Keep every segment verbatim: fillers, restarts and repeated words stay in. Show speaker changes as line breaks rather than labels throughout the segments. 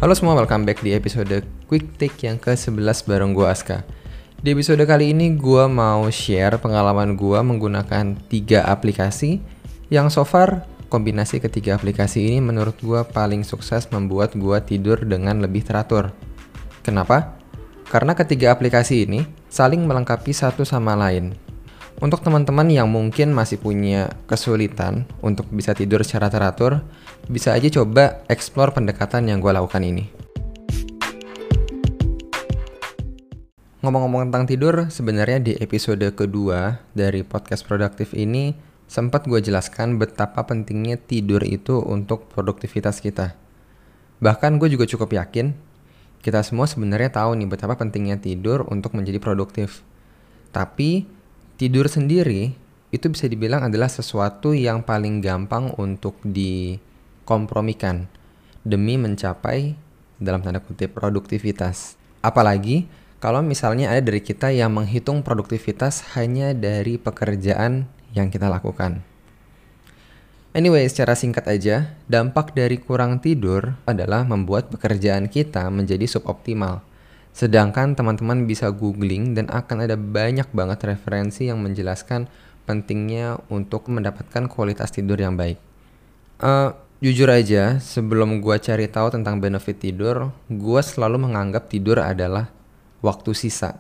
Halo semua, welcome back di episode Quick Take yang ke sebelas bareng gue Aska. Di episode kali ini gue mau share pengalaman gue menggunakan tiga aplikasi yang so far kombinasi ketiga aplikasi ini menurut gue paling sukses membuat gue tidur dengan lebih teratur. Kenapa? Karena ketiga aplikasi ini saling melengkapi satu sama lain. Untuk teman-teman yang mungkin masih punya kesulitan untuk bisa tidur secara teratur, bisa aja coba explore pendekatan yang gue lakukan ini. Ngomong-ngomong tentang tidur, sebenarnya di episode kedua dari podcast produktif ini sempat gue jelaskan betapa pentingnya tidur itu untuk produktivitas kita. Bahkan gue juga cukup yakin, kita semua sebenarnya tahu nih betapa pentingnya tidur untuk menjadi produktif. Tapi tidur sendiri itu bisa dibilang adalah sesuatu yang paling gampang untuk dikompromikan demi mencapai dalam tanda kutip produktivitas. Apalagi kalau misalnya ada dari kita yang menghitung produktivitas hanya dari pekerjaan yang kita lakukan. Anyway, secara singkat aja, dampak dari kurang tidur adalah membuat pekerjaan kita menjadi suboptimal. Sedangkan teman-teman bisa googling dan akan ada banyak banget referensi yang menjelaskan pentingnya untuk mendapatkan kualitas tidur yang baik. Uh, jujur aja, sebelum gue cari tahu tentang benefit tidur, gue selalu menganggap tidur adalah waktu sisa.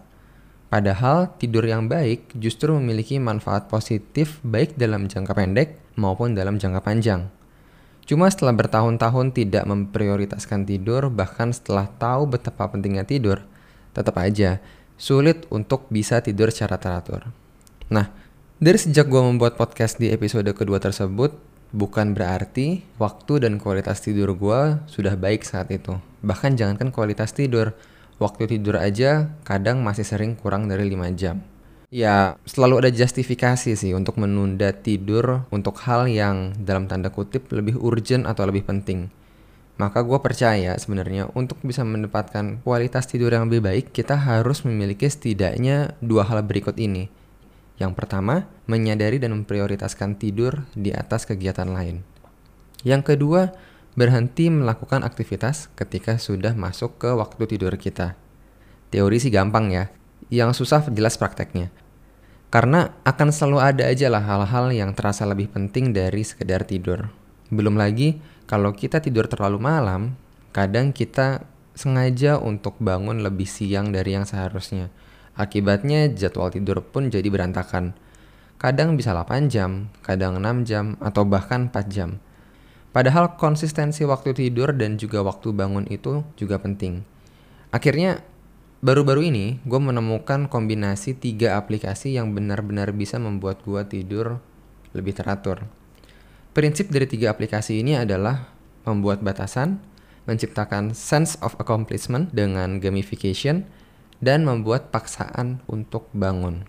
Padahal tidur yang baik justru memiliki manfaat positif baik dalam jangka pendek maupun dalam jangka panjang. Cuma setelah bertahun-tahun tidak memprioritaskan tidur, bahkan setelah tahu betapa pentingnya tidur, tetap aja sulit untuk bisa tidur secara teratur. Nah, dari sejak gue membuat podcast di episode kedua tersebut, bukan berarti waktu dan kualitas tidur gue sudah baik saat itu. Bahkan jangankan kualitas tidur, waktu tidur aja kadang masih sering kurang dari lima jam. Ya, selalu ada justifikasi sih untuk menunda tidur untuk hal yang dalam tanda kutip lebih urgent atau lebih penting. Maka gue percaya sebenarnya untuk bisa mendapatkan kualitas tidur yang lebih baik, kita harus memiliki setidaknya dua hal berikut ini. Yang pertama, menyadari dan memprioritaskan tidur di atas kegiatan lain. Yang kedua, berhenti melakukan aktivitas ketika sudah masuk ke waktu tidur kita. Teori sih gampang ya. Yang susah jelas prakteknya. Karena akan selalu ada aja lah hal-hal yang terasa lebih penting dari sekedar tidur. Belum lagi, kalau kita tidur terlalu malam, kadang kita sengaja untuk bangun lebih siang dari yang seharusnya. Akibatnya jadwal tidur pun jadi berantakan. Kadang bisa delapan jam, kadang enam jam, atau bahkan empat jam. Padahal konsistensi waktu tidur dan juga waktu bangun itu juga penting. Akhirnya, baru-baru ini gue menemukan kombinasi tiga aplikasi yang benar-benar bisa membuat gue tidur lebih teratur. Prinsip dari tiga aplikasi ini adalah membuat batasan, menciptakan sense of accomplishment dengan gamification, dan membuat paksaan untuk bangun.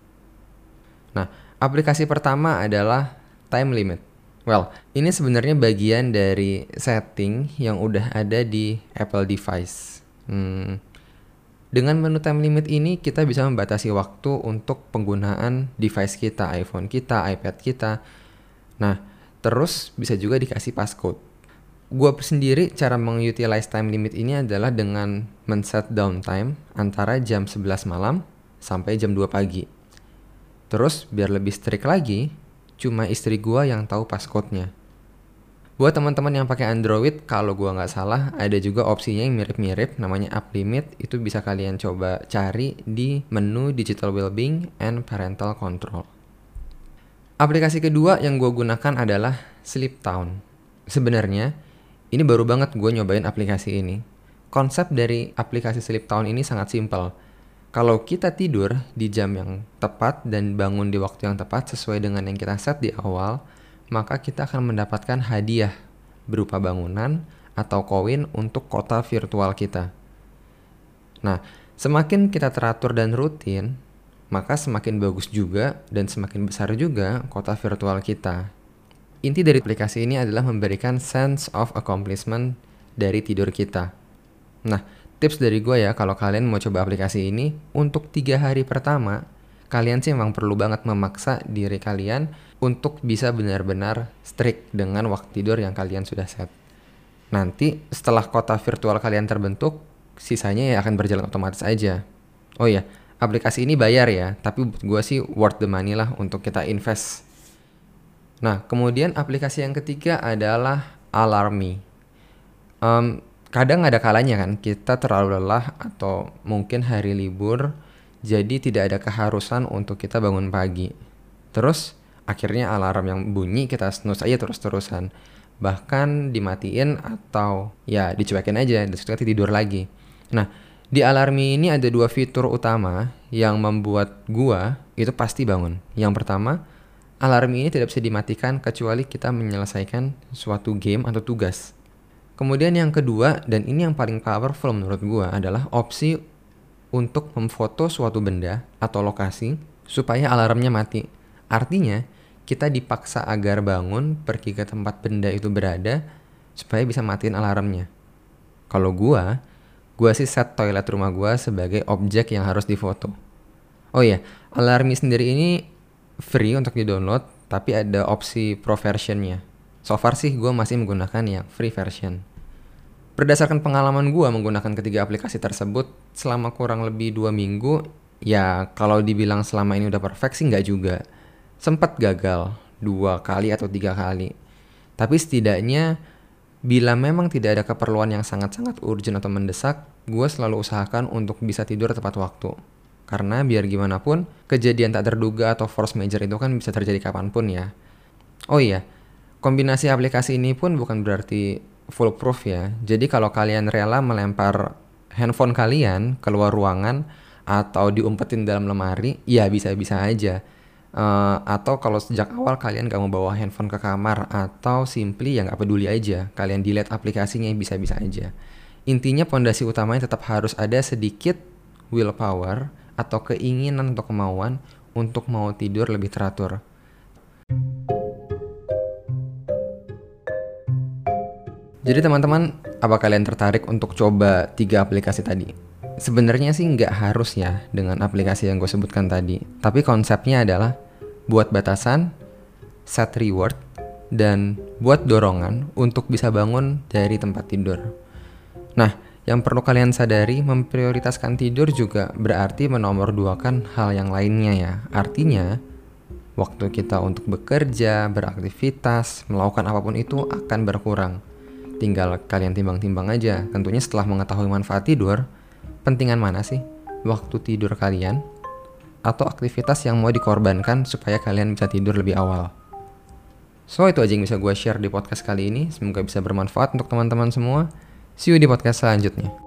Nah, aplikasi pertama adalah time limit. Well, ini sebenarnya bagian dari setting yang udah ada di Apple device. Hmm... Dengan menu time limit ini, kita bisa membatasi waktu untuk penggunaan device kita, iPhone kita, iPad kita. Nah, terus bisa juga dikasih passcode. Gua sendiri cara mengutilize time limit ini adalah dengan men-set downtime antara jam sebelas malam sampai jam dua pagi. Terus, biar lebih strict lagi, cuma istri gua yang tahu passcode-nya. Buat teman-teman yang pakai Android, kalau gua nggak salah, ada juga opsinya yang mirip-mirip, namanya App Limit. Itu bisa kalian coba cari di menu Digital Wellbeing and Parental Control. Aplikasi kedua yang gua gunakan adalah Sleep Town. Sebenarnya, ini baru banget gua nyobain aplikasi ini. Konsep dari aplikasi Sleep Town ini sangat simpel. Kalau kita tidur di jam yang tepat dan bangun di waktu yang tepat sesuai dengan yang kita set di awal, maka kita akan mendapatkan hadiah berupa bangunan atau koin untuk kota virtual kita. Nah, semakin kita teratur dan rutin, maka semakin bagus juga dan semakin besar juga kota virtual kita. Inti dari aplikasi ini adalah memberikan sense of accomplishment dari tidur kita. Nah, tips dari gue ya, kalau kalian mau coba aplikasi ini, untuk tiga hari pertama, kalian sih memang perlu banget memaksa diri kalian untuk bisa benar-benar strict dengan waktu tidur yang kalian sudah set. Nanti setelah kota virtual kalian terbentuk, sisanya ya akan berjalan otomatis aja. Oh iya, aplikasi ini bayar ya, tapi buat gue sih worth the money lah untuk kita invest. Nah, kemudian aplikasi yang ketiga adalah Alarmy. Um, kadang ada kalanya kan kita terlalu lelah atau mungkin hari libur, jadi tidak ada keharusan untuk kita bangun pagi. Terus akhirnya alarm yang bunyi kita snooze aja terus-terusan. Bahkan dimatiin atau ya dicuekin aja, dan setelah tidur lagi. Nah, di Alarmy ini ada dua fitur utama yang membuat gua itu pasti bangun. Yang pertama, Alarmy ini tidak bisa dimatikan kecuali kita menyelesaikan suatu game atau tugas. Kemudian yang kedua, dan ini yang paling powerful menurut gua, adalah opsi untuk memfoto suatu benda atau lokasi supaya alarmnya mati. Artinya, kita dipaksa agar bangun pergi ke tempat benda itu berada supaya bisa matiin alarmnya. Kalau gua, gua sih set toilet rumah gua sebagai objek yang harus difoto. Oh iya, Alarmy sendiri ini free untuk di-download, tapi ada opsi pro versionnya. So far sih gua masih menggunakan yang free version. Berdasarkan pengalaman gua menggunakan ketiga aplikasi tersebut selama kurang lebih dua minggu, ya kalau dibilang selama ini udah perfect sih nggak juga. Sempat gagal dua kali atau tiga kali. Tapi setidaknya bila memang tidak ada keperluan yang sangat-sangat urgent atau mendesak, gue selalu usahakan untuk bisa tidur tepat waktu. Karena biar gimana pun, kejadian tak terduga atau force major itu kan bisa terjadi kapanpun ya. Oh iya, kombinasi aplikasi ini pun bukan berarti foolproof ya. Jadi kalau kalian rela melempar handphone kalian keluar ruangan atau diumpetin dalam lemari, ya bisa-bisa aja. Uh, atau kalau sejak awal kalian gak mau bawa handphone ke kamar, atau simply ya gak peduli aja, kalian delete aplikasinya, bisa-bisa aja. Intinya pondasi utamanya tetap harus ada sedikit willpower atau keinginan atau kemauan untuk mau tidur lebih teratur. Jadi teman-teman, apa kalian tertarik untuk coba tiga aplikasi tadi? Sebenarnya sih nggak harus ya dengan aplikasi yang gue sebutkan tadi. Tapi konsepnya adalah buat batasan, set reward, dan buat dorongan untuk bisa bangun dari tempat tidur. Nah, yang perlu kalian sadari, memprioritaskan tidur juga berarti menomorduakan hal yang lainnya ya. Artinya, waktu kita untuk bekerja, beraktivitas, melakukan apapun itu akan berkurang. Tinggal kalian timbang-timbang aja. Tentunya setelah mengetahui manfaat tidur, pentingan mana sih waktu tidur kalian atau aktivitas yang mau dikorbankan supaya kalian bisa tidur lebih awal. So, itu aja yang bisa gue share di podcast kali ini. Semoga bisa bermanfaat untuk teman-teman semua. See you di podcast selanjutnya.